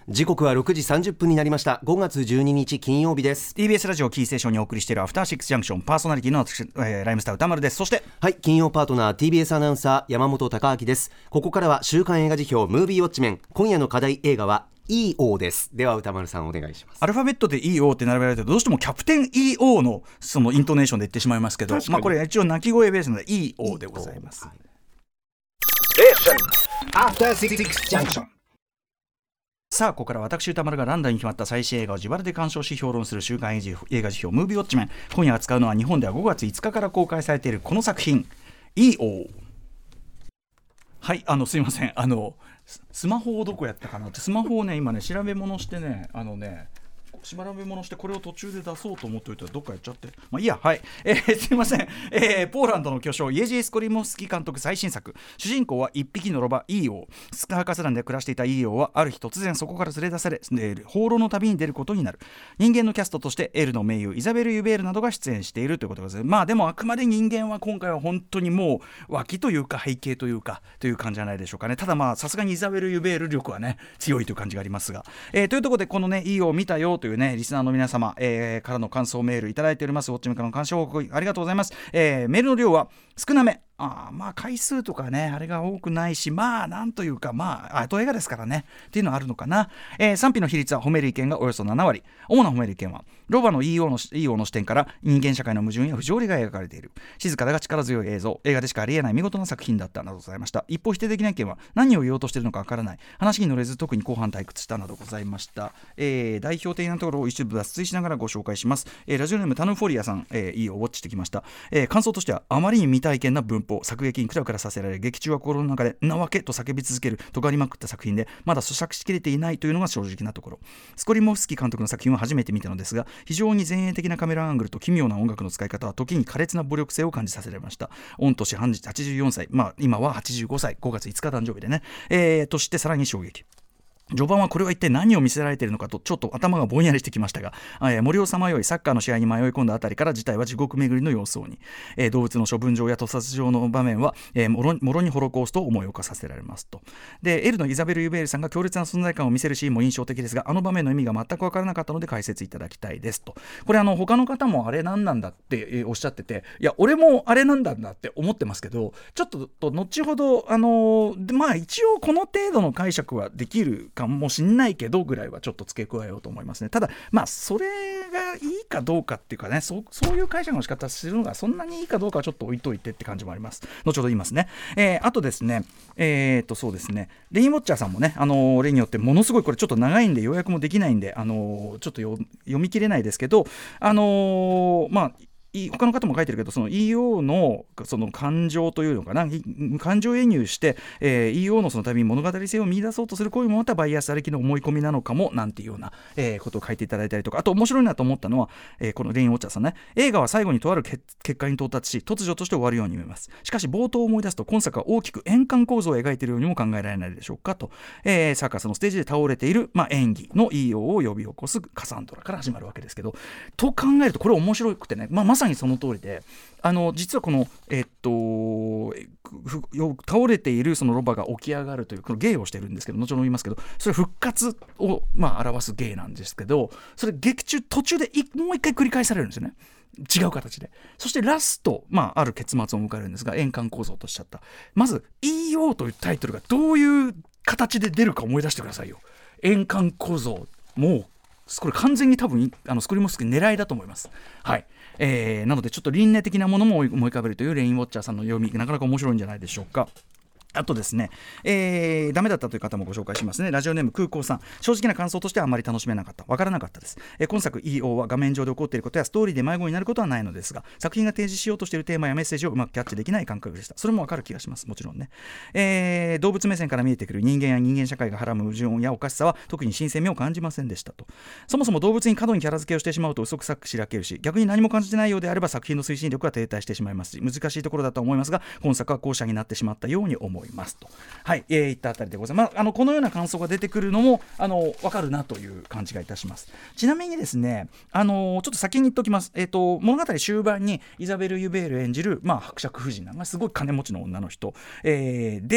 時刻は6時30分になりました。5月12日金曜日です。 TBS ラジオキーステーションにお送りしているアフターシックスジャンクション、パーソナリティの私、ライムスター歌丸です。そして金曜パートナー TBS アナウンサー山本貴明です。ここからは週刊映画辞表ムービーウォッチメン。今夜の課題映画は EO です。では歌丸さんお願いします。 アルファベットで EO って並べられるとどうしてもキャプテン EO のそのイントネーションで言ってしまいますけど、これ一応鳴き声ベースので EO でございます。 アフターシックスジャンクション。 さあここから私歌丸がランダムに決まった最新映画を自腹で鑑賞し評論する週刊映画辞表ムービーウォッチメン。今夜扱うのは日本では5月5日から公開されているこの作品 EO。 はい、すいません、スマホをどこやったかなって、スマホをね今ね調べ物してね調べ物してこれを途中で出そうと思っておいたらどっかやっちゃって、まあいいや。はい、すいません、ポーランドの巨匠イェジー・スコリモフスキ監督最新作。主人公は一匹のロバ EO。 スカーカスランで暮らしていた EO はある日突然そこから連れ出され放浪の旅に出ることになる。人間のキャストとしてエルの名優イザベル・ユベールなどが出演しているということです。まあでもあくまで人間は今回は本当にもう脇というか背景というかという感じじゃないでしょうかね。ただまあさすがにイザベル・ユベール力はね強いという感じがありますが、というところでこのね EO を見たよというねリスナーの皆様、からの感想メールいただいております。ウォッチメンからの感想報告ありがとうございます。メールの量は少なめ、まあ回数とかねあれが多くないし、まあなんというかまあ後映画ですからねっていうのはあるのかな。賛否の比率は褒める意見がおよそ7割。主な褒める意見はロバの EO の視点から人間社会の矛盾や不条理が描かれている。静かだが力強い映像、映画でしかありえない見事な作品だったなどございました。一方否定的な意見は何を言おうとしているのかわからない、話に乗れず特に後半退屈したなどございました。代表的なところを一部抜粋しながらご紹介します。ラジオネームタヌフォリアさん、EO をウォッチしてきました。感想としてはあまりに未体験な文法、作劇にクラクラさせられ劇中は心の中でなわけと叫び続ける尖りまくった作品でまだ咀嚼しきれていないというのが正直なところ。スコリモフスキ監督の作品は初めて見たのですが、非常に前衛的なカメラアングルと奇妙な音楽の使い方は時に苛烈な武力性を感じさせられました。御年84歳、今は85歳、5月5日誕生日でね、としてさらに衝撃。序盤はこれは一体何を見せられているのかとちょっと頭がぼんやりしてきましたが、森をさまよいサッカーの試合に迷い込んだあたりから事態は地獄巡りの様相に、動物の処分場や屠殺場の場面は、もろにホロコーストを思い起こさせられますと。でエルのイザベル・ユベールさんが強烈な存在感を見せるシーンも印象的ですが、あの場面の意味が全く分からなかったので解説いただきたいですと。これ他の方もあれ何なんだって、おっしゃってて、いや俺もあれなんだって思ってますけど、ちょっと後ほどまあ一応この程度の解釈はできるかもしんないけどぐらいはちょっと付け加えようと思いますね。ただまあそれがいいかどうかっていうかね、そういう解釈の仕方するのがそんなにいいかどうかはちょっと置いといてって感じもあります。後ほど言いますね。あとですね、そうですね、レインウォッチャーさんもね例によってものすごいこれちょっと長いんで要約もできないんでちょっと読み切れないですけど、まあ他の方も書いてるけど、その EO のその感情というのかな、感情移入して、EO のその旅に物語性を見出そうとする行為もまたバイアスありきの思い込みなのかもなんていうような、ことを書いていただいたりとか、あと面白いなと思ったのは、このレインウォッチャーさんね、映画は最後にとある結果に到達し突如として終わるように見えます。しかし冒頭を思い出すと今作は大きく円環構造を描いているようにも考えられないでしょうかと、サーカスのステージで倒れている、演技の EO を呼び起こすカサンドラから始まるわけですけど、と考えるとこれ面白くてね、まさにその通りで、実はこの、倒れているそのロバが起き上がるというこの芸をしてるんですけど、後ほど言いますけど、それ復活を、表す芸なんですけど、それ劇中途中でもう一回繰り返されるんですよね、違う形で。そしてラスト、ある結末を迎えるんですが、円環構造としちゃった。まず EO というタイトルがどういう形で出るか思い出してくださいよ。円環構造、もうこれ完全に多分スクリモフスキー狙いだと思います。はい、なのでちょっと輪廻的なものも思い浮かべるというレインウォッチャーさんの読み、なかなか面白いんじゃないでしょうか。あとですね、ダメだったという方もご紹介しますね。ラジオネーム空港さん、正直な感想としてはあまり楽しめなかった、わからなかったです。今作 EO は画面上で起こっていることやストーリーで迷子になることはないのですが、作品が提示しようとしているテーマやメッセージをうまくキャッチできない感覚でした。それもわかる気がします。もちろんね、動物目線から見えてくる人間や人間社会がはらむ矛盾やおかしさは特に新鮮味を感じませんでしたと。そもそも動物に過度にキャラ付けをしてしまうと嘘くさくしらけるし、逆に何も感じてないようであれば作品の推進力が停滞してしまいますし、難しいところだと思いますが、今作は後者になってしまったように思いますと。はい、いったあたりでございます。このような感想が出てくるのも分かるなという感じがいたします。ちなみにですね、ちょっと先に言っておきます。物語終盤にイザベル・ユベール演じる、伯爵夫人なんかすごい金持ちの女の人、で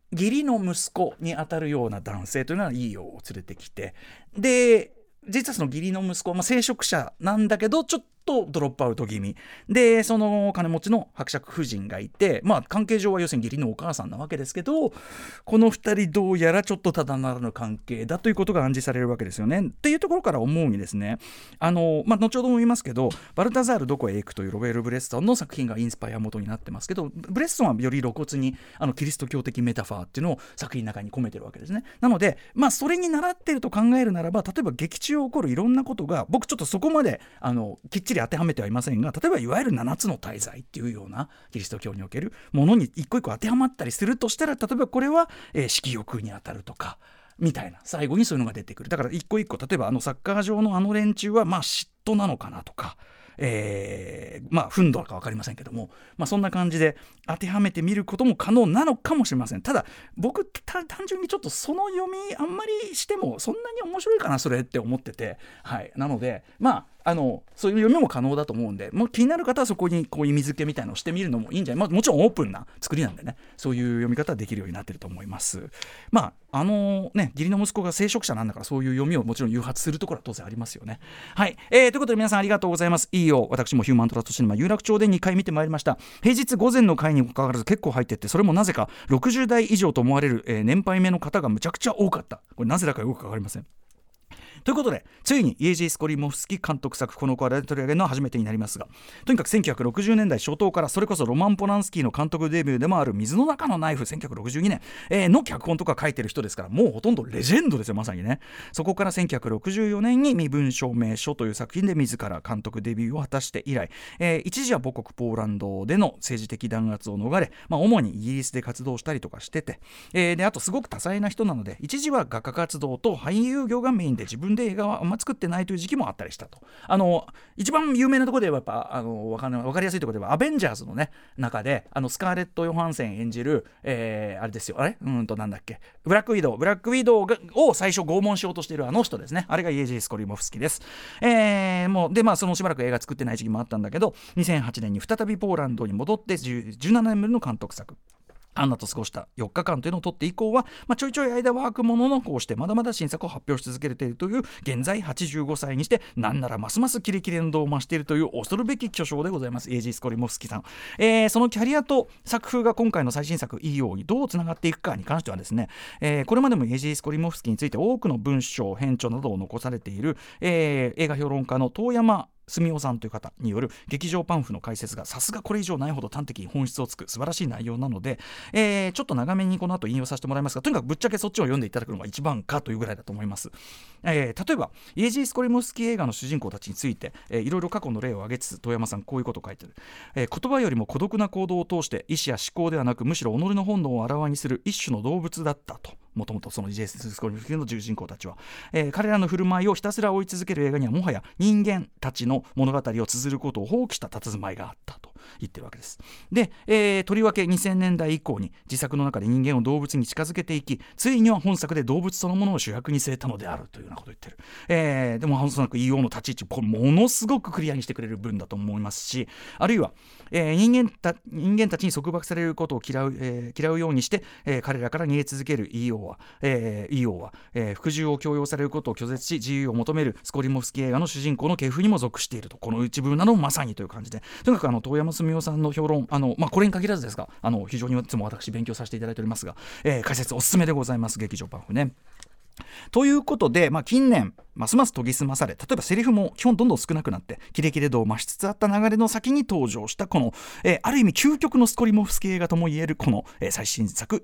義理の息子にあたるような男性というのはイーオーを連れてきて、で実はその義理の息子、聖職者なんだけどちょっとドロップアウト気味で、その金持ちの伯爵夫人がいて、関係上は要するに義理のお母さんなわけですけど、この2人どうやらちょっとただならぬ関係だということが暗示されるわけですよね。っていうところから思うにですね、後ほども言いますけど、バルタザールどこへ行くというロベール・ブレッソンの作品がインスパイア元になってますけど、ブレッソンはより露骨にキリスト教的メタファーっていうのを作品の中に込めてるわけですね。なのでそれに習ってると考えるならば、例えば劇中起こるいろんなことが、僕ちょっとそこまできっちり当てはめてはいませんが、例えばいわゆる7つの大罪っていうようなキリスト教におけるものに一個一個当てはまったりするとしたら、例えばこれは、色欲に当たるとかみたいな、最後にそういうのが出てくる。だから一個一個、例えばサッカー場の連中は嫉妬なのかなとか、憤怒か分かりませんけども、そんな感じで当てはめてみることも可能なのかもしれません。ただ僕単純にちょっとその読みあんまりしてもそんなに面白いかなそれって思ってて、なのでそういう読みも可能だと思うんで、もう気になる方はそこにこう意味付けみたいなのをしてみるのもいいんじゃない、もちろんオープンな作りなんでね、そういう読み方はできるようになってると思います。義理の息子が聖職者なんだから、そういう読みをもちろん誘発するところは当然ありますよね。ということで皆さんありがとうございます。いいよ、私もヒューマントラストシネマ有楽町で2回見てまいりました。平日午前の回にもかかわらず結構入ってって、それもなぜか60代以上と思われる、年配目の方がむちゃくちゃ多かった。これなぜだかよくわかりません。ということで、ついにイエジー・スコリモフスキ監督作、このコーナーで取り上げるのは初めてになりますが、とにかく1960年代初頭から、それこそロマン・ポランスキーの監督デビューでもある水の中のナイフ1962年、の脚本とか書いてる人ですから、もうほとんどレジェンドですよ、まさにね。そこから1964年に身分証明書という作品で自ら監督デビューを果たして以来、一時は母国ポーランドでの政治的弾圧を逃れ、主にイギリスで活動したりとかしてて、であとすごく多彩な人なので、一時は画家活動と俳優業がメインで、自分で映画はあんま作ってないという時期もあったりしたと。一番有名なところではやっぱ分かりやすいところではアベンジャーズのね中でスカーレット・ヨハンセン演じる、あれですよ、なんだっけ、ブラックウィドウを最初拷問しようとしている人ですね。あれがイエジー・スコリモフスキです。そのしばらく映画作ってない時期もあったんだけど、2008年に再びポーランドに戻って17年ぶりの監督作アンナと過ごした4日間というのを撮って以降は、ちょいちょい間は空くものの、こうしてまだまだ新作を発表し続けているという、現在85歳にしてなんならますますキレキレの度を増しているという恐るべき巨匠でございます、イエジー・スコリモフスキさん。そのキャリアと作風が今回の最新作 EO にどうつながっていくかに関してはですね、これまでもイエジー・スコリモフスキについて多くの文章編著などを残されている、映画評論家の遠山住夫さんという方による劇場パンフの解説がさすがこれ以上ないほど端的に本質をつく素晴らしい内容なので、ちょっと長めにこの後引用させてもらいますが、とにかくぶっちゃけそっちを読んでいただくのが一番かというぐらいだと思います。例えばイエジー・スコリモフスキ映画の主人公たちについて、いろいろ過去の例を挙げつつ遠山さんこういうことを書いてる。言葉よりも孤独な行動を通して意志や思考ではなく、むしろ己の本能をあらわにする一種の動物だったと。もともとそのイエジー・スコリモフスキの主人公たちは、彼らの振る舞いをひたすら追い続ける映画にはもはや人間たちの物語を綴ることを放棄した佇まいがあったと言ってるわけです。で、とりわけ2000年代以降に自作の中で人間を動物に近づけていき、ついには本作で動物そのものを主役に据えたのであるというようなことを言ってる。でもおそらく EO の立ち位置、これものすごくクリアにしてくれる文だと思いますし、あるいは、人間たちに束縛されることを嫌うようにして、彼らから逃げ続ける EO は、服従を強要されることを拒絶し自由を求めるスコリモフスキ映画の主人公の系譜にも属していると、この一部などもまさにという感じで、とにかく遠山住夫さんの評論、これに限らずですが、非常にいつも私勉強させていただいておりますが、解説おすすめでございます、劇場パンフね。ということで、近年ますます研ぎ澄まされ、例えばセリフも基本どんどん少なくなってキレキレ度を増しつつあった流れの先に登場したこの、ある意味究極のスコリモフスキ映画ともいえるこの、最新作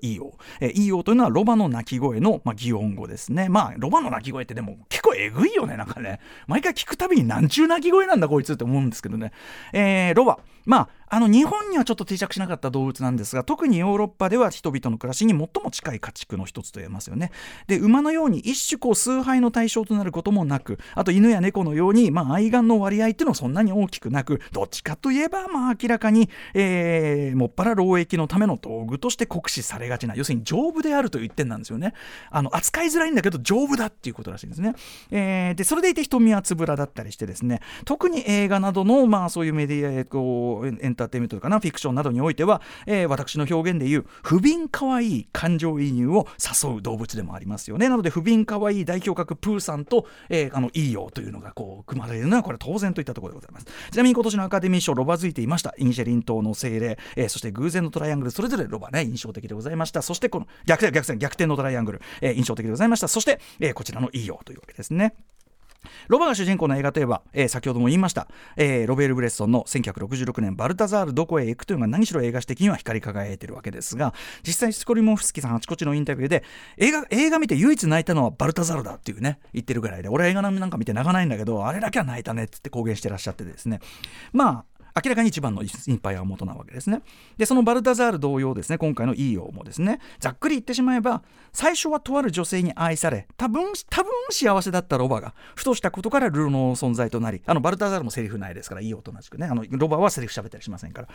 EO というのはロバの鳴き声の、擬音語ですね。ロバの鳴き声ってでも結構えぐいよね、なんかね、毎回聞くたびになんちゅう鳴き声なんだこいつって思うんですけどね。ロバ、日本にはちょっと定着しなかった動物なんですが、特にヨーロッパでは人々の暮らしに最も近い家畜の一つと言えますよね。で、馬のように一種崇拝の対象となることもなく、あと犬や猫のように、愛玩の割合っていうのはそんなに大きくなく、どっちかといえば明らかに、もっぱら労役のための道具として酷使されがちな、要するに丈夫であるという一点なんですよね。扱いづらいんだけど丈夫だっていうことらしいんですね。でそれでいて瞳はつぶらだったりしてですね、特に映画などの、そういうメディアエンターテインメントかな、フィクションなどにおいては、私の表現でいう不憫可愛い感情移入を誘う動物でもありますよね。なので不憫可愛い代表格プーさんと、イーヨーというのが組まれるのはこれ当然といったところでございます。ちなみに今年のアカデミー賞ロバ付いていました。イニシェリン島の精霊、そして偶然のトライアングル、それぞれロバね印象的でございました。そしてこの逆転のトライアングル、印象的でございました。そして、こちらのイーヨーというわけですね。ロバが主人公の映画といえば、先ほども言いました、ロベール・ブレッソンの1966年バルタザールどこへ行くというのが何しろ映画史的には光り輝いているわけですが、実際スコリモフスキさんあちこちのインタビューで映画見て唯一泣いたのはバルタザールだっていうね言ってるぐらいで、俺は映画なんか見て泣かないんだけどあれだけは泣いたねって公言してらっしゃってですね、明らかに一番のインパイア元なわけですね。でそのバルタザール同様ですね、今回のイーヨーもですね、ざっくり言ってしまえば最初はとある女性に愛され多分幸せだったロバがふとしたことからルロの存在となり、バルタザールもセリフないですからイーヨーと同じくね、ロバはセリフ喋ったりしませんから、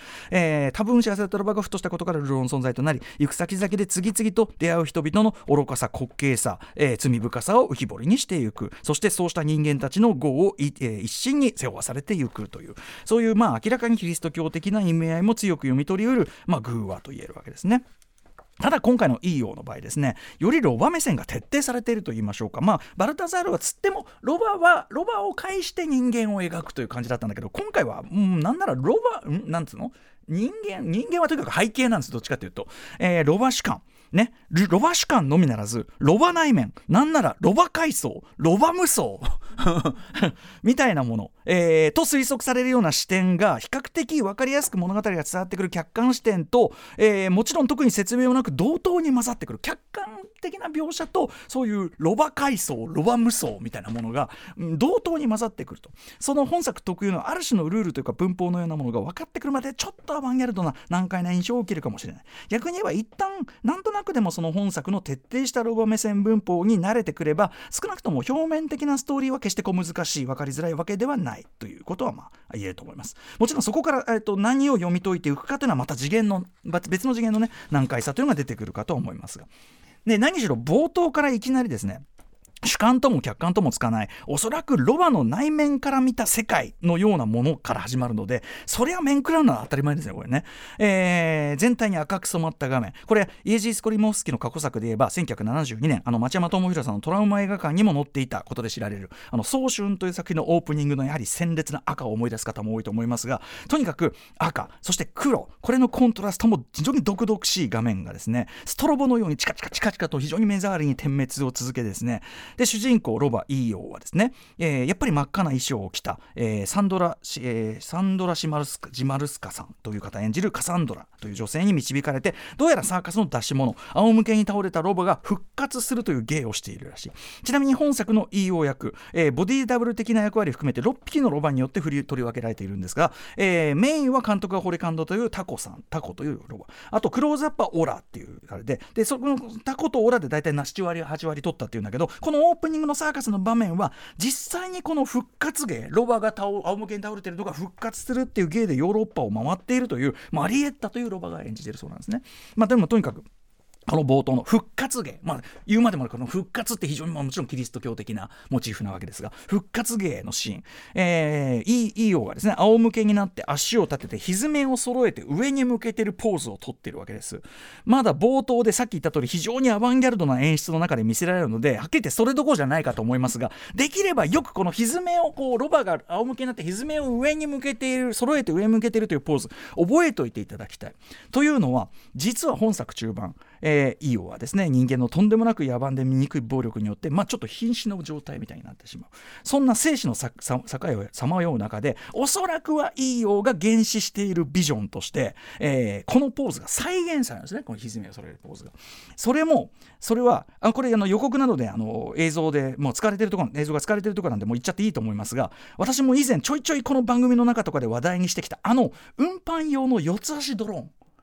多分幸せだったロバがふとしたことからルロの存在となり、行く先々で次々と出会う人々の愚かさ滑稽さ、罪深さを浮き彫りにしていく。そしてそうした人間たちの業を一身に背負わされていくという、そういう明らかにキリスト教的な意味合いも強く読み取りうる、偶話と言えるわけですね。ただ今回のイーヨーの場合ですね、よりロバ目線が徹底されていると言いましょうか。バルタザールはつってもロバを介して人間を描くという感じだったんだけど、今回はなんならなんつうの、人間はとにかく背景なんです。どっちかというと、ロバ主観ね、ロバ主観のみならずロバ内面、なんならロバ階層、ロバ無双みたいなもの、と推測されるような視点が比較的分かりやすく物語が伝わってくる客観視点と、もちろん特に説明もなく同等に混ざってくる客観的な描写と、そういうロバ階層、ロバ無双みたいなものが同等に混ざってくると、その本作特有のある種のルールというか文法のようなものが分かってくるまでちょっとアバンギャルドな難解な印象を受けるかもしれない。逆に言えば一旦なんとなくでもその本作の徹底したロバ目線文法に慣れてくれば、少なくとも表面的なストーリーは決して小難しい、分かりづらいわけではないということは言えると思います。もちろんそこから、何を読み解いていくかというのはまた別の次元のね難解さというのが出てくるかと思いますが、何しろ冒頭からいきなりですね、主観とも客観ともつかない、おそらくロバの内面から見た世界のようなものから始まるので、それは面食らうのは当たり前ですね、これね。全体に赤く染まった画面、これイエジー・スコリモフスキの過去作で言えば1972年町山智博さんのトラウマ映画館にも載っていたことで知られる早春という作品のオープニングのやはり鮮烈な赤を思い出す方も多いと思いますが、とにかく赤そして黒、これのコントラストも非常に毒々しい画面がですね、ストロボのようにチカチカと非常に目障りに点滅を続けですね、で主人公ロバイーヨーはですね、やっぱり真っ赤な衣装を着た、サンドラジマルスカさんという方演じるカサンドラという女性に導かれて、どうやらサーカスの出し物、仰向けに倒れたロバが復活するという芸をしているらしい。ちなみに本作のイーヨー役、ボディダブル的な役割含めて6匹のロバによって取り分けられているんですが、メインは監督がホレカンドというタコというロバ、あとクローズアップはオラっていうあれで、そこのタコとオラで大体7割8割取ったっていうんだけど、このオープニングのサーカスの場面は実際にこの復活芸、ロバが仰向けに倒れているのが復活するっていう芸でヨーロッパを回っているというマリエッタというロバが演じているそうなんですね。でもとにかくこの冒頭の復活芸、言うまでもこの復活って非常にもちろんキリスト教的なモチーフなわけですが、復活芸のシーン、イーヨーがですね仰向けになって足を立てて蹄を揃えて上に向けてるポーズをとっているわけです。まだ冒頭でさっき言った通り非常にアバンギャルドな演出の中で見せられるので、はっきり言ってそれどころじゃないかと思いますが、できればよくこの蹄をロバが仰向けになって蹄を上に向けている、揃えて上に向けているというポーズ覚えておいていただきたい。というのは実は本作中盤、イーヨーはですね、人間のとんでもなく野蛮で醜い暴力によって、ちょっと瀕死の状態みたいになってしまう。そんな生死の境をさまよう中で、おそらくはイーヨーが原始しているビジョンとして、このポーズが再現されるんですね。この蹄を揃えるポーズが。それはこれ予告などで映像でもう使われているところ、映像が使われているところなんでもう言っちゃっていいと思いますが、私も以前ちょいちょいこの番組の中とかで話題にしてきた運搬用の四つ足ドローン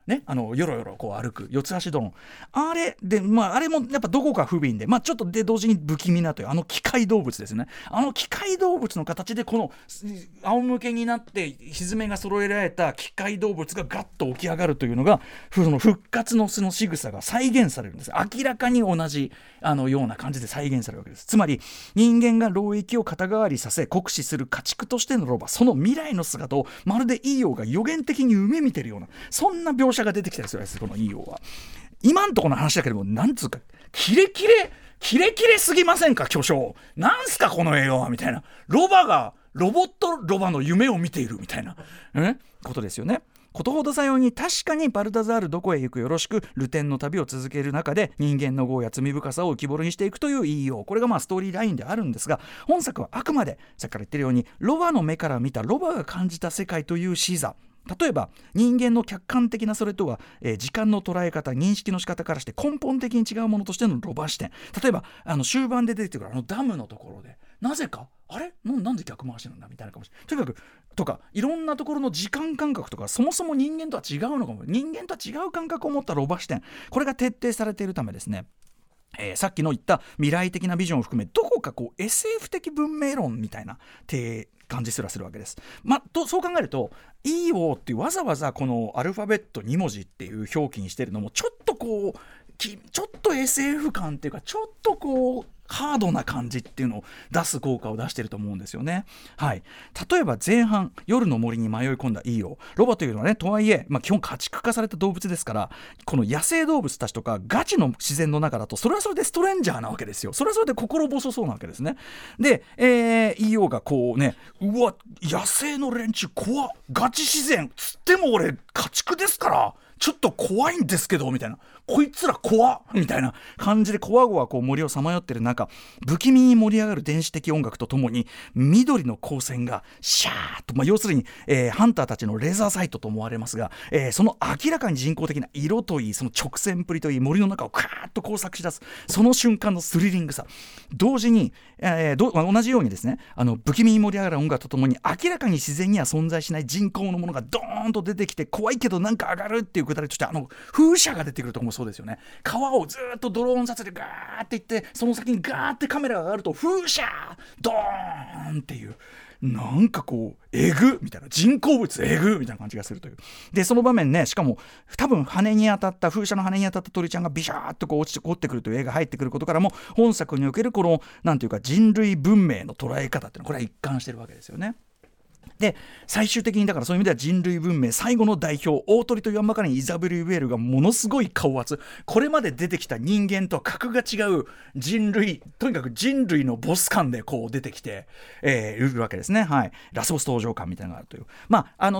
ね、よろよろこう歩く四つ足ドローン、あれで、あれもやっぱどこか不憫で、ちょっとで同時に不気味なという機械動物ですね。機械動物の形でこの仰向けになってひずめが揃えられた機械動物がガッと起き上がるというのが、その復活のその仕草が再現されるんです。明らかに同じような感じで再現されるわけです。つまり人間が労役を肩代わりさせ酷使する家畜としてのロバ、その未来の姿をまるでイーオーが予言的に夢見てるような、そんな描写が出てきたりするんです。このイーオーは今んとこの話だけども、なんつうかキレキレすぎませんか巨匠、なんすかこの映画はみたいな、ロボットロバの夢を見ているみたいなことですよね。ことほどさように、確かにバルタザールどこへ行くよろしくルテンの旅を続ける中で人間の業や罪深さを浮き彫りにしていくという言いよう、これがストーリーラインであるんですが、本作はあくまでさっきから言ってるようにロバの目から見たロバが感じた世界という視座、例えば人間の客観的なそれとは、時間の捉え方認識の仕方からして根本的に違うものとしてのロバ視点、例えば終盤で出てくるダムのところでなぜかなんで逆回しなんだみたいなかもしれない、とにかくとかいろんなところの時間感覚とか、そもそも人間とは違うのかも、人間とは違う感覚を持ったロバ視点、これが徹底されているためですね、さっきの言った未来的なビジョンを含め、どこかSF 的文明論みたいな感じすらするわけです。そう考えると EO っていうわざわざこのアルファベット2文字っていう表記にしてるのもちょっと SF 感っていうか、ちょっとハードな感じっていうのを出す効果を出していると思うんですよね。はい、例えば前半夜の森に迷い込んだイーオー、ロバというのはね、とはいえ、基本家畜化された動物ですから、この野生動物たちとかガチの自然の中だとそれはそれでストレンジャーなわけですよ。それはそれで心細そうなわけですね。で、イーオーがうわ野生の連中怖っ、ガチ自然つっても俺家畜ですからちょっと怖いんですけどみたいな、こいつら怖っみたいな感じでこわごわ森をさまよってる中、不気味に盛り上がる電子的音楽とともに緑の光線がシャーッと、要するに、ハンターたちのレーザーサイトと思われますが、その明らかに人工的な色といい、その直線プリといい、森の中をカーッと工作し出すその瞬間のスリリングさ、同時に、同じようにですね、不気味に盛り上がる音楽とともに明らかに自然には存在しない人工のものがドーンと出てきて、怖いけどなんか上がるっていうくだりとして、風車が出てくるところもそうですよね。川をずっとドローン撮影でガーっていって、その先にガーってカメラが上がると風車ドーンっていう、なんかえぐみたいな、人工物えぐみたいな感じがするという。でその場面ね、しかも多分羽に当たった風車の羽に当たった鳥ちゃんがビシャーっと落ちてくるという絵が入ってくることからも、本作におけるこのなんていうか人類文明の捉え方っていうのはこれは一貫してるわけですよね。で最終的にだからそういう意味では人類文明最後の代表大鳥と言わんばかりにイザベル・ウェールがものすごい顔圧、これまで出てきた人間とは格が違う人類、とにかく人類のボス感で出てきているわけですね。はい、ラスボス登場感みたいなのがあるという、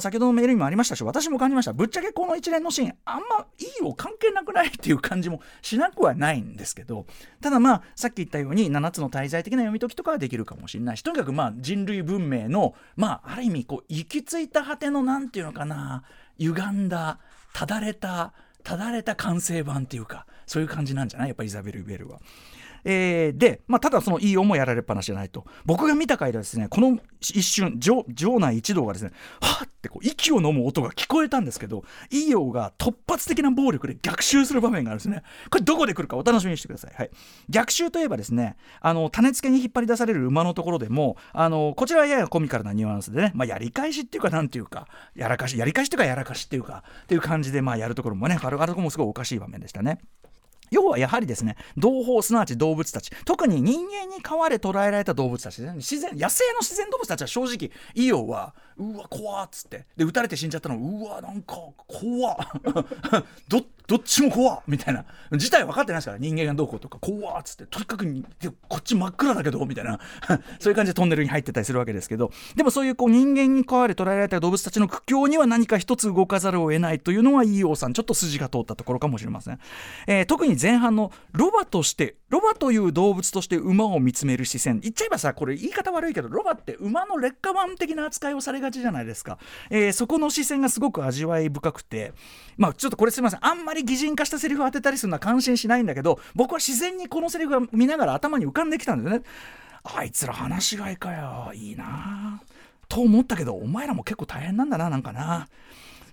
先ほどのメールにもありましたし、私も感じました。ぶっちゃけこの一連のシーンあんまいいよ関係なくないっていう感じもしなくはないんですけど、たださっき言ったように7つの大罪的な読み解きとかはできるかもしれないし、とにかく人類文明のある意味行き着いた果てのなんていうのかな、歪んだただれた完成版っていうか、そういう感じなんじゃない、やっぱりイザベル・ウェルは。で、ただそのイーオンもやられっぱなしじゃないと。僕が見た回ではですね、この一瞬場内一同がですね、はっって息を飲む音が聞こえたんですけど、イーオンが突発的な暴力で逆襲する場面があるんですね。これどこで来るかお楽しみにしてください。はい、逆襲といえばですね、種付けに引っ張り出される馬のところでもこちらはややコミカルなニュアンスでね、やり返しっていうかなんていうかやり返しっていうかっていう感じでやるところもね、あるところもすごいおかしい場面でしたね。要はやはりですね、同胞すなわち動物たち、特に人間に飼われ捉えられた動物たちですね、野生の自然動物たちは正直イオはうわ怖っつってで撃たれて死んじゃったの、うわなんか怖っどっちも怖っみたいな、事態分かってないですから、人間がどうこうとか怖っつって、とにかくこっち真っ暗だけどみたいなそういう感じでトンネルに入ってたりするわけですけど、でもそういう人間に飼われ捉えられた動物たちの苦境には何か一つ動かざるを得ないというのはイオさんちょっと筋が通ったところかもしれません。特に前半のロバという動物として馬を見つめる視線、言っちゃえばさ、これ言い方悪いけどロバって馬の劣化版的な扱いをされがちじゃないですか。そこの視線がすごく味わい深くて、ちょっとこれすみません、あんまり擬人化したセリフを当てたりするのは感心しないんだけど、僕は自然にこのセリフが見ながら頭に浮かんできたんですよね。あいつら話し飼いかよ、いいなと思ったけど、お前らも結構大変なんだな、なんかな。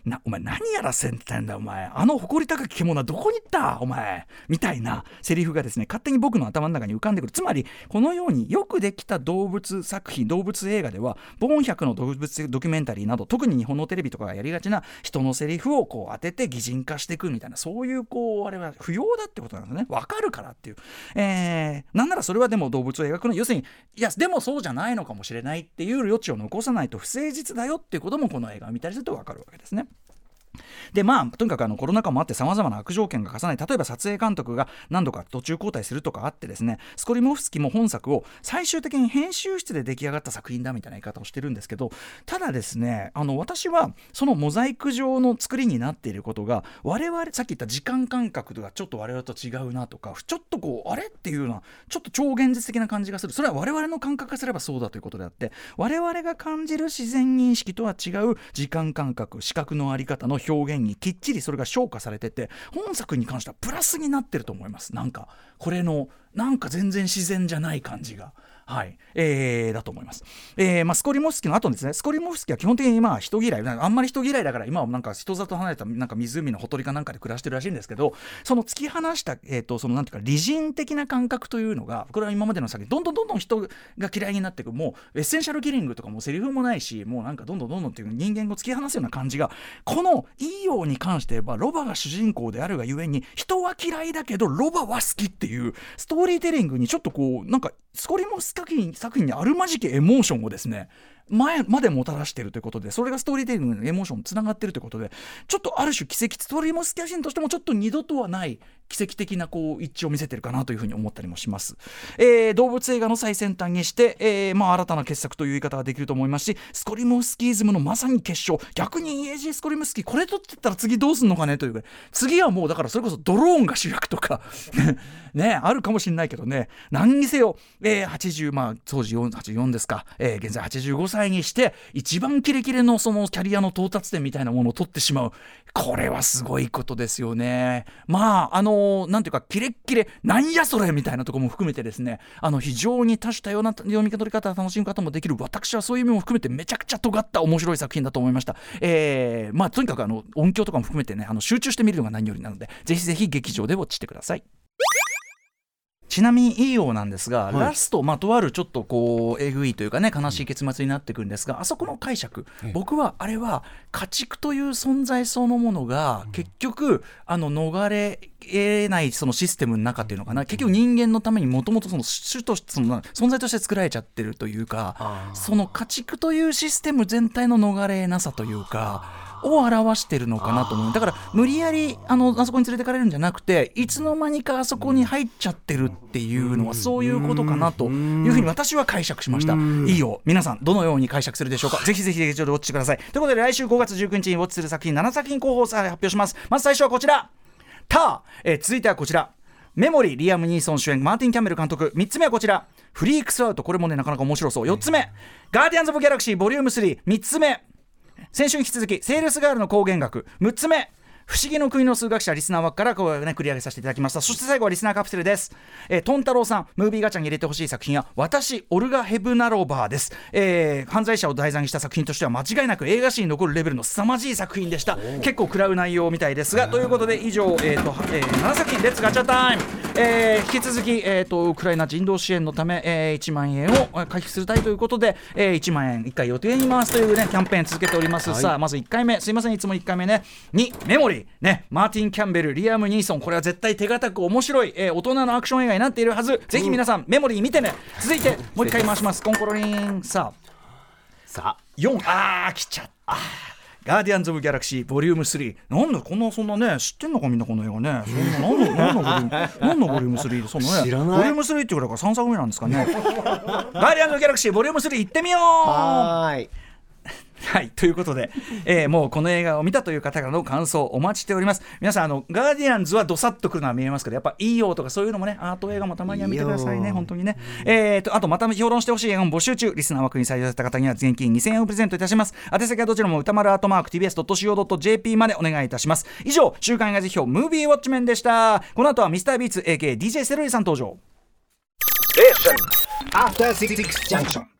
お前何やらせんってんだお前、あの誇り高き獣はどこに行ったお前みたいなセリフがですね勝手に僕の頭の中に浮かんでくる。つまりこのようによくできた動物作品、動物映画ではボーン100の動物ドキュメンタリーなど、特に日本のテレビとかがやりがちな人のセリフをこう当てて擬人化していくみたいな、そういうこうあれは不要だってことなんですね。わかるからっていう、なんならそれはでも動物を描くの要するにいやでもそうじゃないのかもしれないっていう余地を残さないと不誠実だよっていうこともこの映画を見たりするとわかるわけですね。でとにかくコロナ禍もあって様々な悪条件が重なり、例えば撮影監督が何度か途中交代するとかあってですね、スコリモフスキも本作を最終的に編集室で出来上がった作品だみたいな言い方をしてるんですけど、ただですね私はそのモザイク状の作りになっていることが我々さっき言った時間感覚とかちょっと我々と違うなとか、ちょっとこうあれっていうのはちょっと超現実的な感じがする。それは我々の感覚がすればそうだということであって、我々が感じる自然認識とは違う時間感覚、視覚のあり方の表現にきっちりそれが昇華されてて、本作に関してはプラスになってると思います。なんかこれのなんか全然自然じゃない感じがだと思います。スコリモフスキの後ですね、スコリモフスキは基本的に人嫌い、あんまり人嫌いだから今はなんか人里離れたなんか湖のほとりかなんかで暮らしてるらしいんですけど、その突き放した、そのなんていうか理人的な感覚というのが、これは今までの作品どんどん人が嫌いになっていく、もうエッセンシャルキリングとかもセリフもないし、もうなんかどんどんっていう人間を突き放すような感じが、このいいように関して言えばロバが主人公であるがゆえに人は嫌いだけどロバは好きっていうストーリーテリングにちょっとこうなんかスコリモフスキ作品にあるまじきエモーションをですね前までもたらしているということで、それがストーリーテリングのエモーションにつながっているということで、ちょっとある種奇跡、ストーリーモフスキ人としてもちょっと二度とはない奇跡的なこう一致を見せているかなというふうに思ったりもします。動物映画の最先端にして、新たな傑作という言い方ができると思いますし、スコリモフスキイズムのまさに結晶、逆に EAG スコリモフスキこれ撮ってったら次どうすんのかねというか、次はもうだからそれこそドローンが主役とかねあるかもしれないけどね、何にせよ、80当時84ですか、現在85歳にして一番キレキレのそのキャリアの到達点みたいなものを取ってしまう、これはすごいことですよね。なんていうかキレッキレなんやそれみたいなところも含めてですね、非常に多種多様な読み取り方を楽しむ方もできる、私はそういう意味も含めてめちゃくちゃ尖った面白い作品だと思いました。とにかく音響とかも含めてね集中して見るのが何よりなので、ぜひぜひ劇場でウォッチしてください。ちなみにいいようなんですが、ラスト、とあるちょっとこうえぐいというかね悲しい結末になってくるんですが、あそこの解釈、僕はあれは家畜という存在そのものが結局逃れ得ないそのシステムの中っていうのかな、結局人間のためにもともとその種としてその存在として作られちゃってるというか、その家畜というシステム全体の逃れなさというかを表してるのかなと思う。だから無理やりあそこに連れてかれるんじゃなくて、いつの間にかあそこに入っちゃってるっていうのはそういうことかなというふうに私は解釈しました。いいよ皆さんどのように解釈するでしょうか。ぜひぜひ劇場でウォッチしてください。ということで来週5月19日にウォッチする作品7作品候補を発表します。まず最初はこちら続いてはこちらメモリー、リアム・ニーソン主演、マーティン・キャンベル監督。3つ目はこちらフリークスアウト、これもねなかなか面白そう。4つ目ガーディアンズ・オブ・ギャラクシーボリューム3。3つ目先週に引き続きセールスガールの光源学。6つ目不思議の国の数学者リスナー枠からこう、繰り上げさせていただきました。そして最後はリスナーカプセルです。トンタロウさんムービーガチャに入れてほしい作品は私オルガ・ヘブナロバーです。犯罪者を題材にした作品としては間違いなく映画史に残るレベルの凄まじい作品でした。結構食らう内容みたいですが、ということで以上、7作品レッツガチャタイム。引き続き、ウクライナ人道支援のため、1万円を回避するたいということで、1万円1回予定に回すという、ね、キャンペーン続けております。さあまず1回目すいませんいつも1回目ね2メモリーね、マーティン・キャンベル、リアム・ニーソン、これは絶対手堅く面白い、大人のアクション映画になっているはず。ぜひ皆さん、メモリー見てね。続いてもう一回回します。コンコロリン。さあ4来ちゃった。ガーディアンズ・オブ・ギャラクシーボリューム3。なんだこんなそんなね知ってんのかみんなこの映画ね。そんな何のボリューム3でそのね知らない。 ボリューム3っていうから3作目なんですかね。ガーディアンズ・オブ・ギャラクシーボリューム3行ってみよう。はいということで、もうこの映画を見たという方からの感想お待ちしております。皆さんガーディアンズはドサッとくるのは見えますけど、やっぱいいよとかそういうのもねアート映画もたまには見てくださいね。本当にね。あとまた評論してほしい映画も募集中。リスナー枠に採用された方には現金2000円をプレゼントいたします。宛先はどちらも歌丸@tbs.co.jp までお願いいたします。以上週刊映画辞表ムービーウォッチメンでした。この後はミスタービーツ AK DJ セロリさん登場。 After 66 junction.